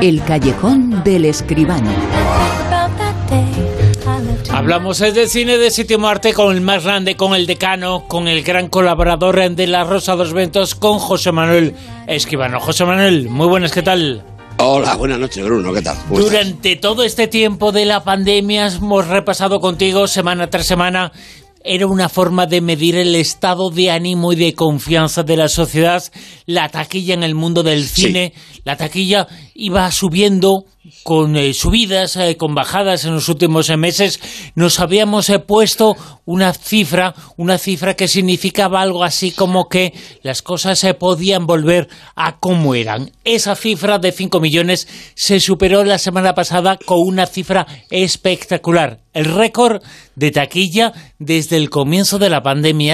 El callejón del escribano. Hablamos de cine de Séptimo Arte con el más grande, con el decano, con el gran colaborador de La Rosa de los Vientos, con José Manuel Escribano. José Manuel, muy buenas, ¿qué tal? Hola, buenas noches, Bruno, ¿qué tal? Durante todo este tiempo de la pandemia hemos repasado contigo semana tras semana. Era una forma de medir el estado de ánimo y de confianza de la sociedad. La taquilla en el mundo del cine, sí. La taquilla iba subiendo con subidas, con bajadas en los últimos meses. Nos habíamos puesto una cifra que significaba algo así como que las cosas se podían volver a como eran. Esa cifra de 5 millones se superó la semana pasada con una cifra espectacular. El récord de taquilla desde el comienzo de la pandemia,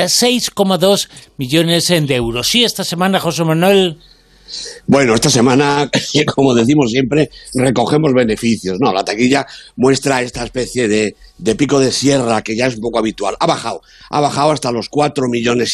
6,2 millones de euros. Sí, esta semana, José Manuel. Bueno, esta semana, como decimos siempre, recogemos beneficios, ¿no? La taquilla muestra esta especie de pico de sierra que ya es un poco habitual. Ha bajado hasta los 4,5 millones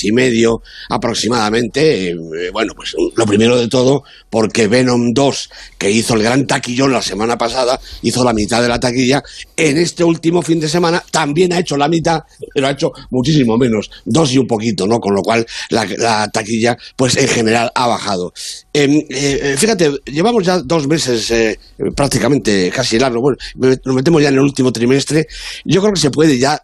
aproximadamente. Bueno, pues lo primero de todo, porque Venom 2, que hizo el gran taquillón la semana pasada, hizo la mitad de la taquilla. En este último fin de semana también ha hecho la mitad, pero ha hecho muchísimo menos, 2 y un poquito, ¿no? Con lo cual la taquilla, pues en general ha bajado. Fíjate, llevamos ya 2 meses prácticamente casi largo. Bueno, nos metemos ya en el último trimestre. Yo creo que se puede ya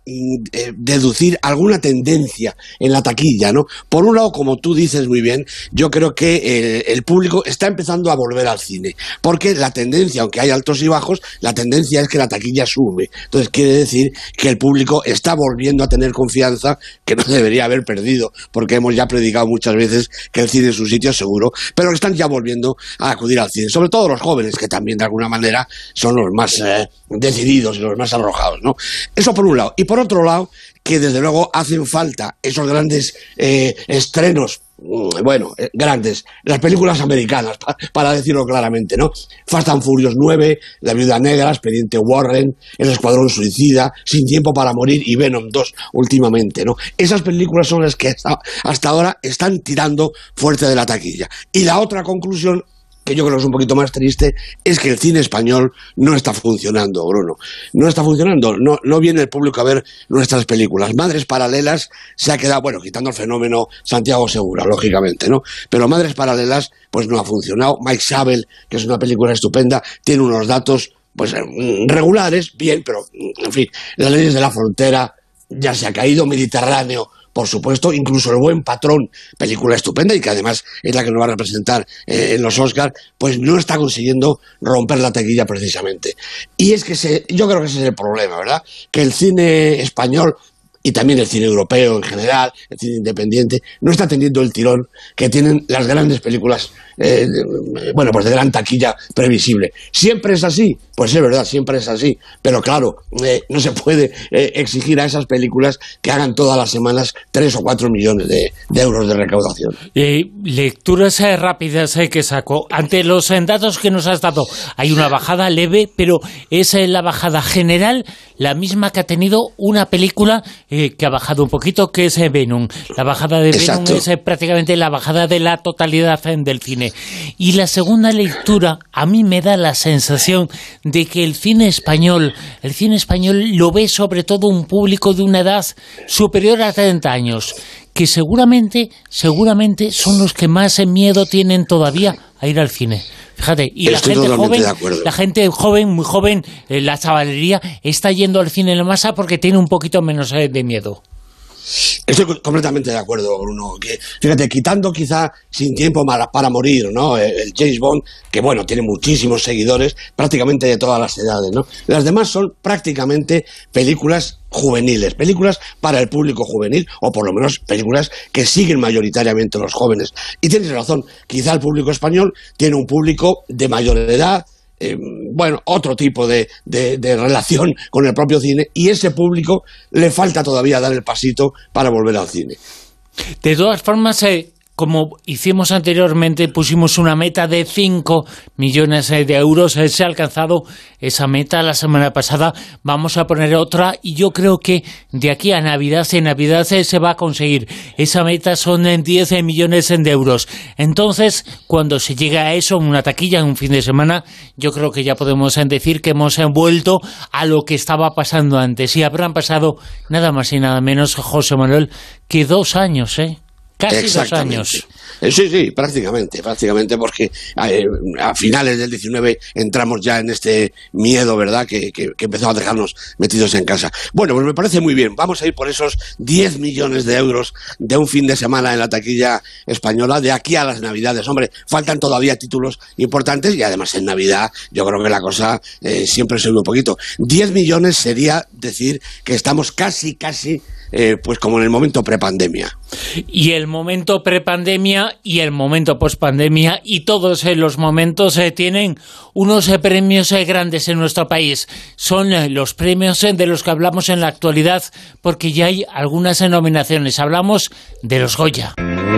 deducir alguna tendencia en la taquilla, ¿no? Por un lado, como tú dices muy bien, yo creo que el público está empezando a volver al cine, porque la tendencia, aunque hay altos y bajos, la tendencia es que la taquilla sube. Entonces quiere decir que el público está volviendo a tener confianza que no debería haber perdido, porque hemos ya predicado muchas veces que el cine es un sitio seguro, pero están ya volviendo a acudir al cine, sobre todo los jóvenes, que también de alguna manera son los más decididos y los más arrojados, ¿no? Eso por un lado. Y por otro lado, que desde luego hacen falta esos grandes estrenos, grandes, las películas americanas, para decirlo claramente, ¿no? Fast and Furious 9, La Viuda Negra, Expediente Warren, El Escuadrón Suicida, Sin Tiempo para Morir y Venom 2 últimamente, ¿no? Esas películas son las que hasta ahora están tirando fuerte de la taquilla. Y la otra conclusión, que yo creo que es un poquito más triste, es que el cine español no está funcionando, Bruno. No está funcionando, no viene el público a ver nuestras películas. Madres Paralelas se ha quedado, bueno, quitando el fenómeno Santiago Segura, lógicamente, ¿no? Pero Madres Paralelas, pues no ha funcionado. Mike Sabel, que es una película estupenda, tiene unos datos, pues, regulares, bien, pero, en fin, Las Leyes de la Frontera ya se ha caído, Mediterráneo, por supuesto, incluso El Buen Patrón, película estupenda y que además es la que nos va a representar en los Oscars, pues no está consiguiendo romper la taquilla precisamente. Y es que yo creo que ese es el problema, ¿verdad? Que el cine español y también el cine europeo en general, el cine independiente, no está teniendo el tirón que tienen las grandes películas, pues de gran taquilla previsible. ¿Siempre es así? Pues es verdad, siempre es así, pero claro, no se puede exigir a esas películas que hagan todas las semanas 3 o 4 millones de euros de recaudación. Lecturas rápidas que saco. Ante los datos que nos has dado, hay una bajada leve, pero es la bajada general la misma que ha tenido una película que ha bajado un poquito, que es Venom. La bajada de Venom es prácticamente la bajada de la totalidad del cine. Y la segunda lectura, a mí me da la sensación de que el cine español lo ve sobre todo un público de una edad superior a 30 años, que seguramente son los que más miedo tienen todavía a ir al cine. Fíjate, y la gente joven, muy joven, la chavalería, está yendo al cine en la masa porque tiene un poquito menos de miedo. Estoy completamente de acuerdo, Bruno. Que, fíjate, quitando quizá Sin Tiempo para Morir, ¿no? El James Bond, que bueno, tiene muchísimos seguidores, prácticamente de todas las edades, ¿no? Las demás son prácticamente películas juveniles, películas para el público juvenil, o por lo menos películas que siguen mayoritariamente los jóvenes. Y tienes razón, quizá el público español tiene un público de mayor edad, otro tipo de relación con el propio cine, y ese público le falta todavía dar el pasito para volver al cine. De todas formas, como hicimos anteriormente, pusimos una meta de 5 millones de euros. Se ha alcanzado esa meta la semana pasada. Vamos a poner otra y yo creo que de aquí a Navidad, en Navidad se va a conseguir. Esa meta son 10 millones de euros. Entonces, cuando se llega a eso, en una taquilla, en un fin de semana, yo creo que ya podemos decir que hemos vuelto a lo que estaba pasando antes. Y habrán pasado nada más y nada menos, José Manuel, que 2 años, Casi 2 años. Sí, prácticamente, porque a finales del 19 entramos ya en este miedo, ¿verdad?, que empezó a dejarnos metidos en casa. Bueno, pues me parece muy bien. Vamos a ir por esos 10 millones de euros de un fin de semana en la taquilla española de aquí a las Navidades. Hombre, faltan todavía títulos importantes y además en Navidad yo creo que la cosa siempre sube un poquito. 10 millones sería decir que estamos casi pues como en el momento prepandemia. Y el momento prepandemia y el momento pospandemia y todos los momentos tienen unos premios grandes en nuestro país. Son los premios de los que hablamos en la actualidad, porque ya hay algunas nominaciones. Hablamos de los Goya.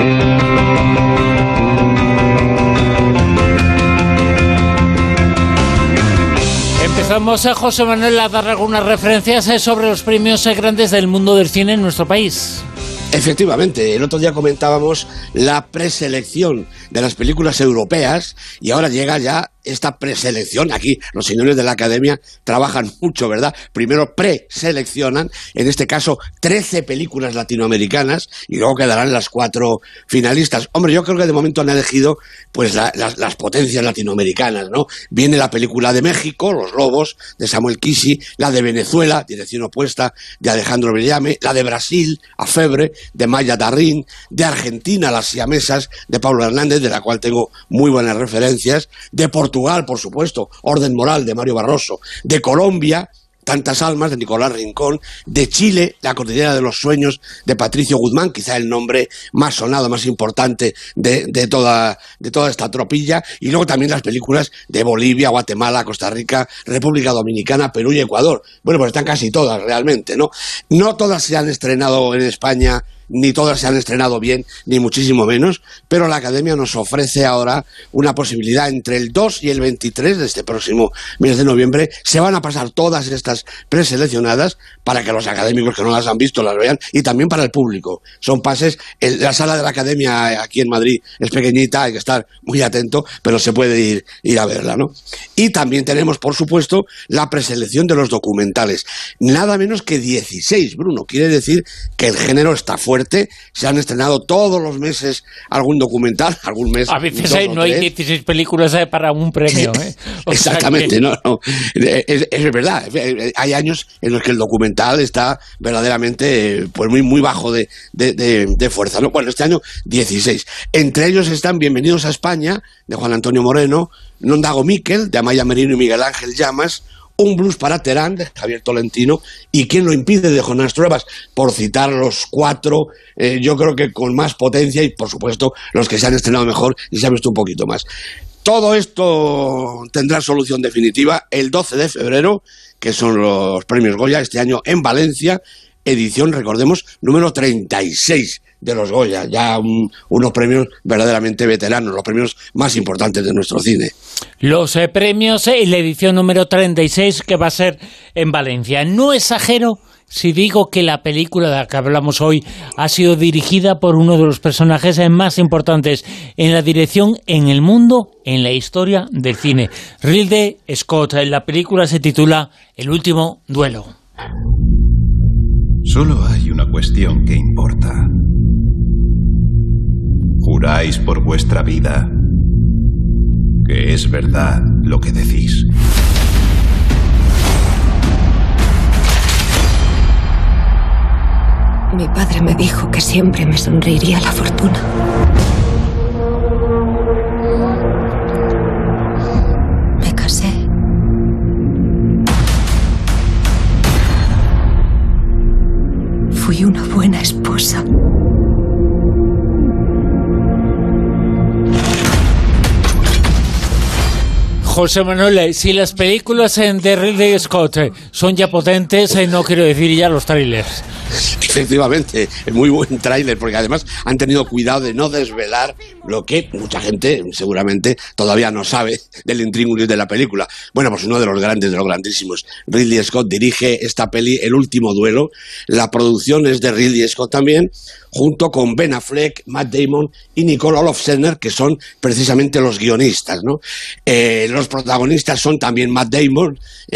Empezamos, José Manuel, a dar algunas referencias sobre los premios grandes del mundo del cine en nuestro país. Efectivamente, el otro día comentábamos la preselección de las películas europeas y ahora llega ya esta preselección. Aquí los señores de la Academia trabajan mucho, ¿verdad? Primero preseleccionan, en este caso 13 películas latinoamericanas y luego quedarán las 4 finalistas. Hombre, yo creo que de momento han elegido pues las potencias latinoamericanas, ¿no? Viene la película de México, Los Lobos, de Samuel Kisi, la de Venezuela, Dirección Opuesta, de Alejandro Bellame, la de Brasil, A Febre, de Maya Tarrín, de Argentina, Las Siamesas, de Pablo Hernández, de la cual tengo muy buenas referencias, de Portugal, por supuesto, Orden Moral, de Mario Barroso, de Colombia, Tantas Almas, de Nicolás Rincón, de Chile, La Cordillera de los Sueños, de Patricio Guzmán, quizá el nombre más sonado, más importante de toda esta tropilla, y luego también las películas de Bolivia, Guatemala, Costa Rica, República Dominicana, Perú y Ecuador. Bueno, pues están casi todas realmente, ¿no? No todas se han estrenado en España, ni todas se han estrenado bien, ni muchísimo menos, pero la Academia nos ofrece ahora una posibilidad entre el 2 y el 23 de este próximo mes de noviembre. Se van a pasar todas estas preseleccionadas para que los académicos que no las han visto las vean y también para el público. Son pases, la sala de la Academia aquí en Madrid es pequeñita, hay que estar muy atento, pero se puede ir a verla, ¿no? Y también tenemos, por supuesto, la preselección de los documentales. Nada menos que 16, Bruno. Quiere decir que el género está fuerte. Se han estrenado todos los meses algún documental, algún mes. A veces no hay 16 películas para un premio. Exactamente, no. Es verdad. Hay años en los que el documental está verdaderamente pues muy bajo de fuerza, ¿no? Bueno, este año 16. Entre ellos están Bienvenidos a España, de Juan Antonio Moreno, Nondago Miquel, de Amaya Merino y Miguel Ángel Llamas, Un blues para Terán, de Javier Tolentino, y ¿Quién lo impide?, de Jonás Truebas, por citar los 4, yo creo que con más potencia y, por supuesto, los que se han estrenado mejor y se ha visto un poquito más. Todo esto tendrá solución definitiva el 12 de febrero, que son los premios Goya, este año en Valencia, edición, recordemos, número 36 de los Goya, ya unos premios verdaderamente veteranos, los premios más importantes de nuestro cine. Los premios y la edición número 36 que va a ser en Valencia. No exagero si digo que la película de la que hablamos hoy ha sido dirigida por uno de los personajes más importantes en la dirección en el mundo, en la historia del cine. Ridley Scott. La película se titula El último duelo. Solo hay una cuestión que importa. ¿Juráis por vuestra vida que es verdad lo que decís? Mi padre me dijo que siempre me sonreiría la fortuna. Me casé. Fui una buena esposa. José Manuel, si las películas de Ridley Scott son ya potentes, no quiero decir ya los trailers. Efectivamente, es muy buen tráiler, porque además han tenido cuidado de no desvelar lo que mucha gente seguramente todavía no sabe del intríngulis de la película. Bueno, pues uno de los grandes, de los grandísimos. Ridley Scott dirige esta peli, El último duelo. La producción es de Ridley Scott también, junto con Ben Affleck, Matt Damon y Nicole Olofsner, que son precisamente los guionistas, ¿no? Los protagonistas son también Matt Damon,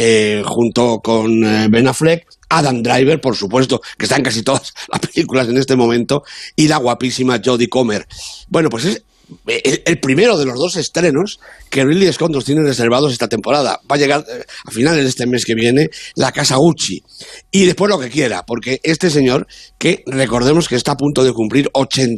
junto con Ben Affleck, Adam Driver, por supuesto, que está en casi todas las películas en este momento, y la guapísima Jodie Comer. Bueno, pues es el primero de los dos estrenos que Ridley Scott nos tiene reservados esta temporada. Va a llegar a finales de este mes que viene La Casa Gucci, y después lo que quiera, porque este señor, que recordemos que está a punto de cumplir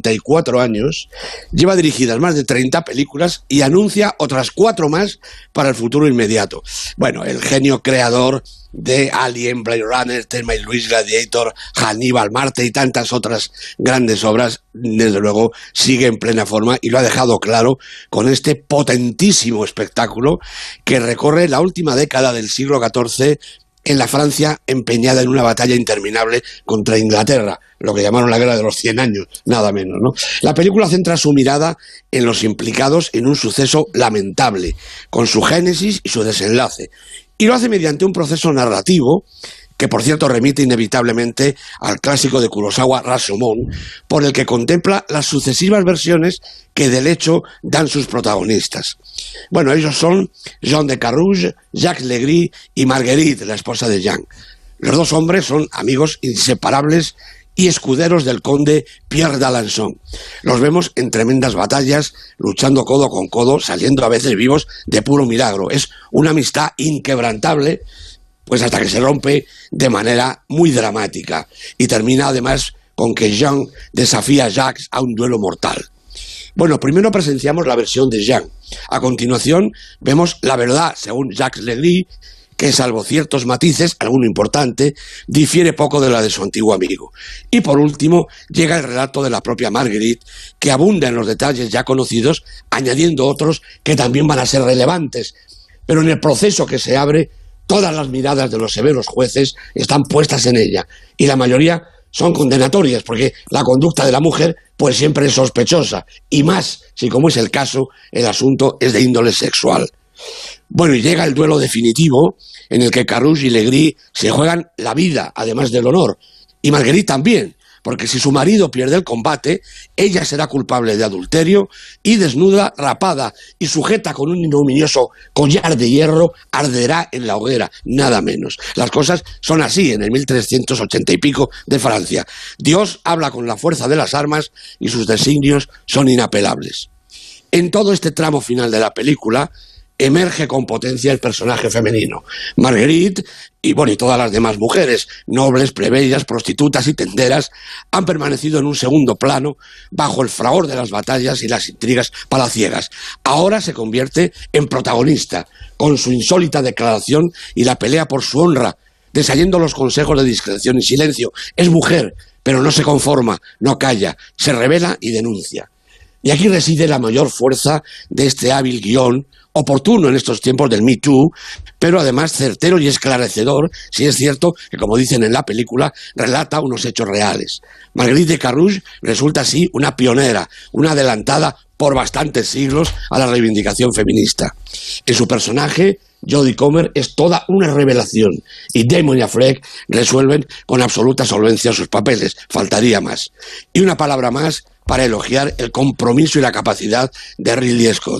84 años, lleva dirigidas más de 30 películas y anuncia otras 4 más para el futuro inmediato. Bueno, el genio creador de Alien, Blade Runner, Thelma y Louise, Gladiator, Hannibal, Marte y tantas otras grandes obras, desde luego sigue en plena forma, y lo ha dejado claro con este potentísimo espectáculo que recorre la última década del siglo XIV en la Francia empeñada en una batalla interminable contra Inglaterra, lo que llamaron la Guerra de los 100 años, nada menos, ¿no? La película centra su mirada en los implicados en un suceso lamentable, con su génesis y su desenlace, y lo hace mediante un proceso narrativo que, por cierto, remite inevitablemente al clásico de Kurosawa, Rashomon, por el que contempla las sucesivas versiones que del hecho dan sus protagonistas. Bueno, ellos son Jean de Carrouge, Jacques Legris y Marguerite, la esposa de Jean. Los dos hombres son amigos inseparables y escuderos del conde Pierre d'Alençon. Los vemos en tremendas batallas, luchando codo con codo, saliendo a veces vivos de puro milagro. Es una amistad inquebrantable, pues hasta que se rompe de manera muy dramática, y termina además con que Jean desafía a Jacques a un duelo mortal. Bueno, primero presenciamos la versión de Jean. A continuación vemos la verdad, según Jacques Legris, que salvo ciertos matices, alguno importante, difiere poco de la de su antiguo amigo. Y por último, llega el relato de la propia Marguerite, que abunda en los detalles ya conocidos, añadiendo otros que también van a ser relevantes. Pero en el proceso que se abre, todas las miradas de los severos jueces están puestas en ella, y la mayoría son condenatorias, porque la conducta de la mujer pues siempre es sospechosa, y más si, como es el caso, el asunto es de índole sexual. Bueno, y llega el duelo definitivo, en el que Carrouge y Legris se juegan la vida, además del honor, y Marguerite también, porque si su marido pierde el combate, ella será culpable de adulterio, y desnuda, rapada y sujeta con un ignominioso collar de hierro, arderá en la hoguera, nada menos. Las cosas son así en el 1380 y pico de Francia. Dios habla con la fuerza de las armas y sus designios son inapelables. En todo este tramo final de la película emerge con potencia el personaje femenino. Marguerite y todas las demás mujeres, nobles, plebeyas, prostitutas y tenderas, han permanecido en un segundo plano bajo el fragor de las batallas y las intrigas palaciegas. Ahora se convierte en protagonista, con su insólita declaración y la pelea por su honra, desayendo los consejos de discreción y silencio. Es mujer, pero no se conforma, no calla, se revela y denuncia. Y aquí reside la mayor fuerza de este hábil guión, oportuno en estos tiempos del Me Too, pero además certero y esclarecedor, si es cierto que, como dicen en la película, relata unos hechos reales. Marguerite de Carrouge resulta así una pionera, una adelantada por bastantes siglos a la reivindicación feminista. En su personaje, Jodie Comer es toda una revelación, y Damon y Affleck resuelven con absoluta solvencia sus papeles, faltaría más. Y una palabra más para elogiar el compromiso y la capacidad de Ridley Scott.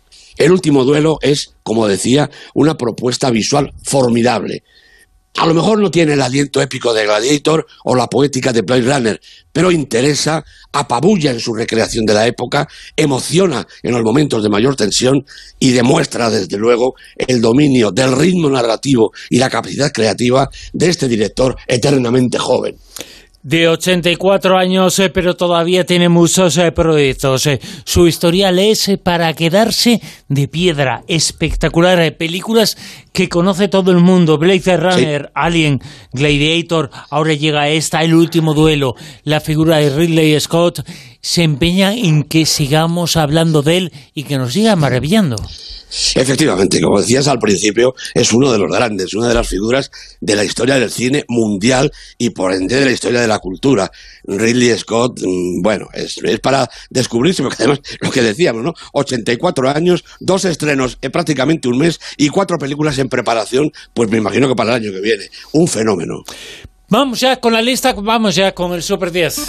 El último duelo es, como decía, una propuesta visual formidable. A lo mejor no tiene el aliento épico de Gladiator o la poética de Blade Runner, pero interesa, apabulla en su recreación de la época, emociona en los momentos de mayor tensión y demuestra, desde luego, el dominio del ritmo narrativo y la capacidad creativa de este director eternamente joven. De 84 años, pero todavía tiene muchos proyectos. Su historial es para quedarse de piedra. Espectacular. Películas que conoce todo el mundo. Blade Runner, sí. Alien, Gladiator. Ahora llega esta, El último duelo. La figura de Ridley Scott. se empeña en que sigamos hablando de él y que nos siga maravillando. Efectivamente, como decías al principio, es uno de los grandes, una de las figuras de la historia del cine mundial y por ende de la historia de la cultura. Ridley Scott, bueno, es para descubrirse, porque además, lo que decíamos, ¿no? 84 años, 2 estrenos en prácticamente un mes y 4 películas en preparación, pues me imagino que para el año que viene. Un fenómeno. Vamos ya con la lista, vamos ya con el Super 10.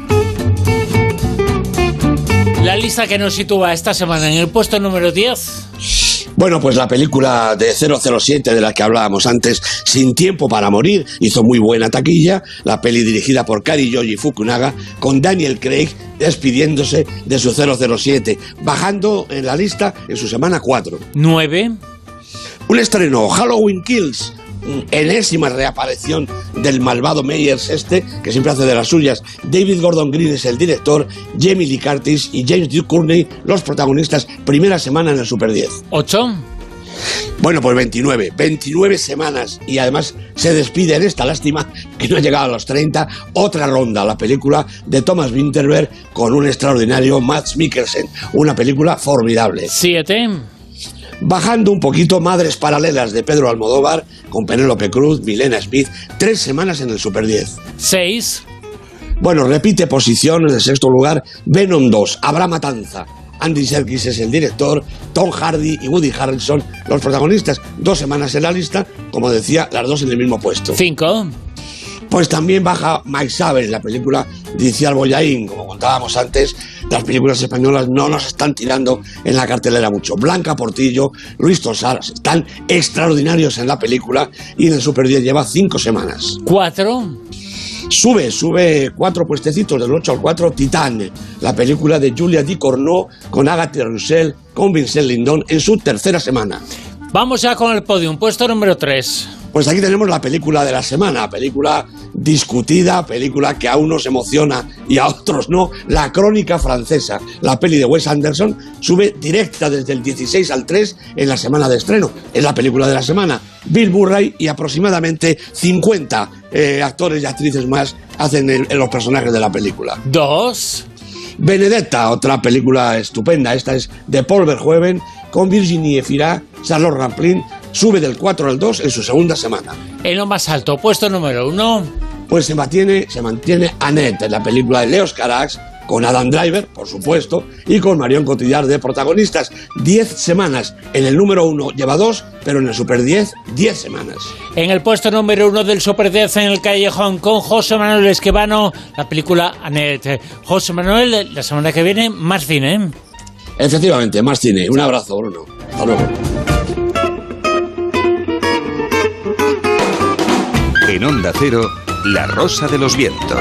La lista que nos sitúa esta semana en el puesto número 10. Bueno, pues la película de 007 de la que hablábamos antes, Sin tiempo para morir, hizo muy buena taquilla. La peli dirigida por Kari Yoji Fukunaga, con Daniel Craig despidiéndose de su 007, bajando en la lista en su semana 4. 9. Un estreno, Halloween Kills, enésima reaparición del malvado Meyers que siempre hace de las suyas. David Gordon Green es el director, Jamie Lee Curtis y James Courtney los protagonistas. Primera semana en el Super 10. 8. Bueno, pues 29 semanas, y además se despide en esta lástima que no ha llegado a los 30, otra ronda, la película de Thomas Vinterberg con un extraordinario Mads Mikkelsen, una película formidable. 7. Bajando un poquito, Madres Paralelas de Pedro Almodóvar, con Penélope Cruz, Milena Smith, 3 semanas en el Super 10. 6. Bueno, repite posición en el 6º lugar, Venom 2, Habrá Matanza. Andy Serkis es el director, Tom Hardy y Woody Harrelson los protagonistas. 2 semanas en la lista, como decía, las 2 en el mismo puesto. 5. Pues también baja Mike Savage, la película de Iciar Bollaín. Como contábamos antes, las películas españolas no nos están tirando en la cartelera mucho. Blanca Portillo, Luis Tosar están extraordinarios en la película y en el Super 10 lleva 5 semanas. 4. Sube 4 puestecitos, del 8 al 4, Titán, la película de Julia Ducournau con Agatha Roussel, con Vincent Lindon en su 3ª semana. Vamos ya con el podium, puesto número 3. Pues aquí tenemos la película de la semana, película discutida, película que a unos emociona y a otros no, La Crónica Francesa, la peli de Wes Anderson, sube directa desde el 16 al 3 en la semana de estreno. Es la película de la semana. Bill Murray y aproximadamente 50 actores y actrices más hacen los personajes de la película. 2. Benedetta, otra película estupenda, esta es de Paul Verhoeven, con Virginie Efira, Charlotte Rampling, sube del 4 al 2 en su 2ª semana. En lo más alto, puesto número 1. Pues se mantiene Annette, la película de Leos Carax, con Adam Driver, por supuesto, y con Marion Cotillard de protagonistas. 10 semanas. En el número 1 lleva 2, pero en el Super 10, 10 semanas. En el puesto número 1 del Super 10 en el Callejón, con José Manuel Esquivano, la película Annette. José Manuel, la semana que viene, más cine, ¿eh? Efectivamente, más cine. Un abrazo, Bruno. Hasta luego. En Onda Cero, La Rosa de los Vientos.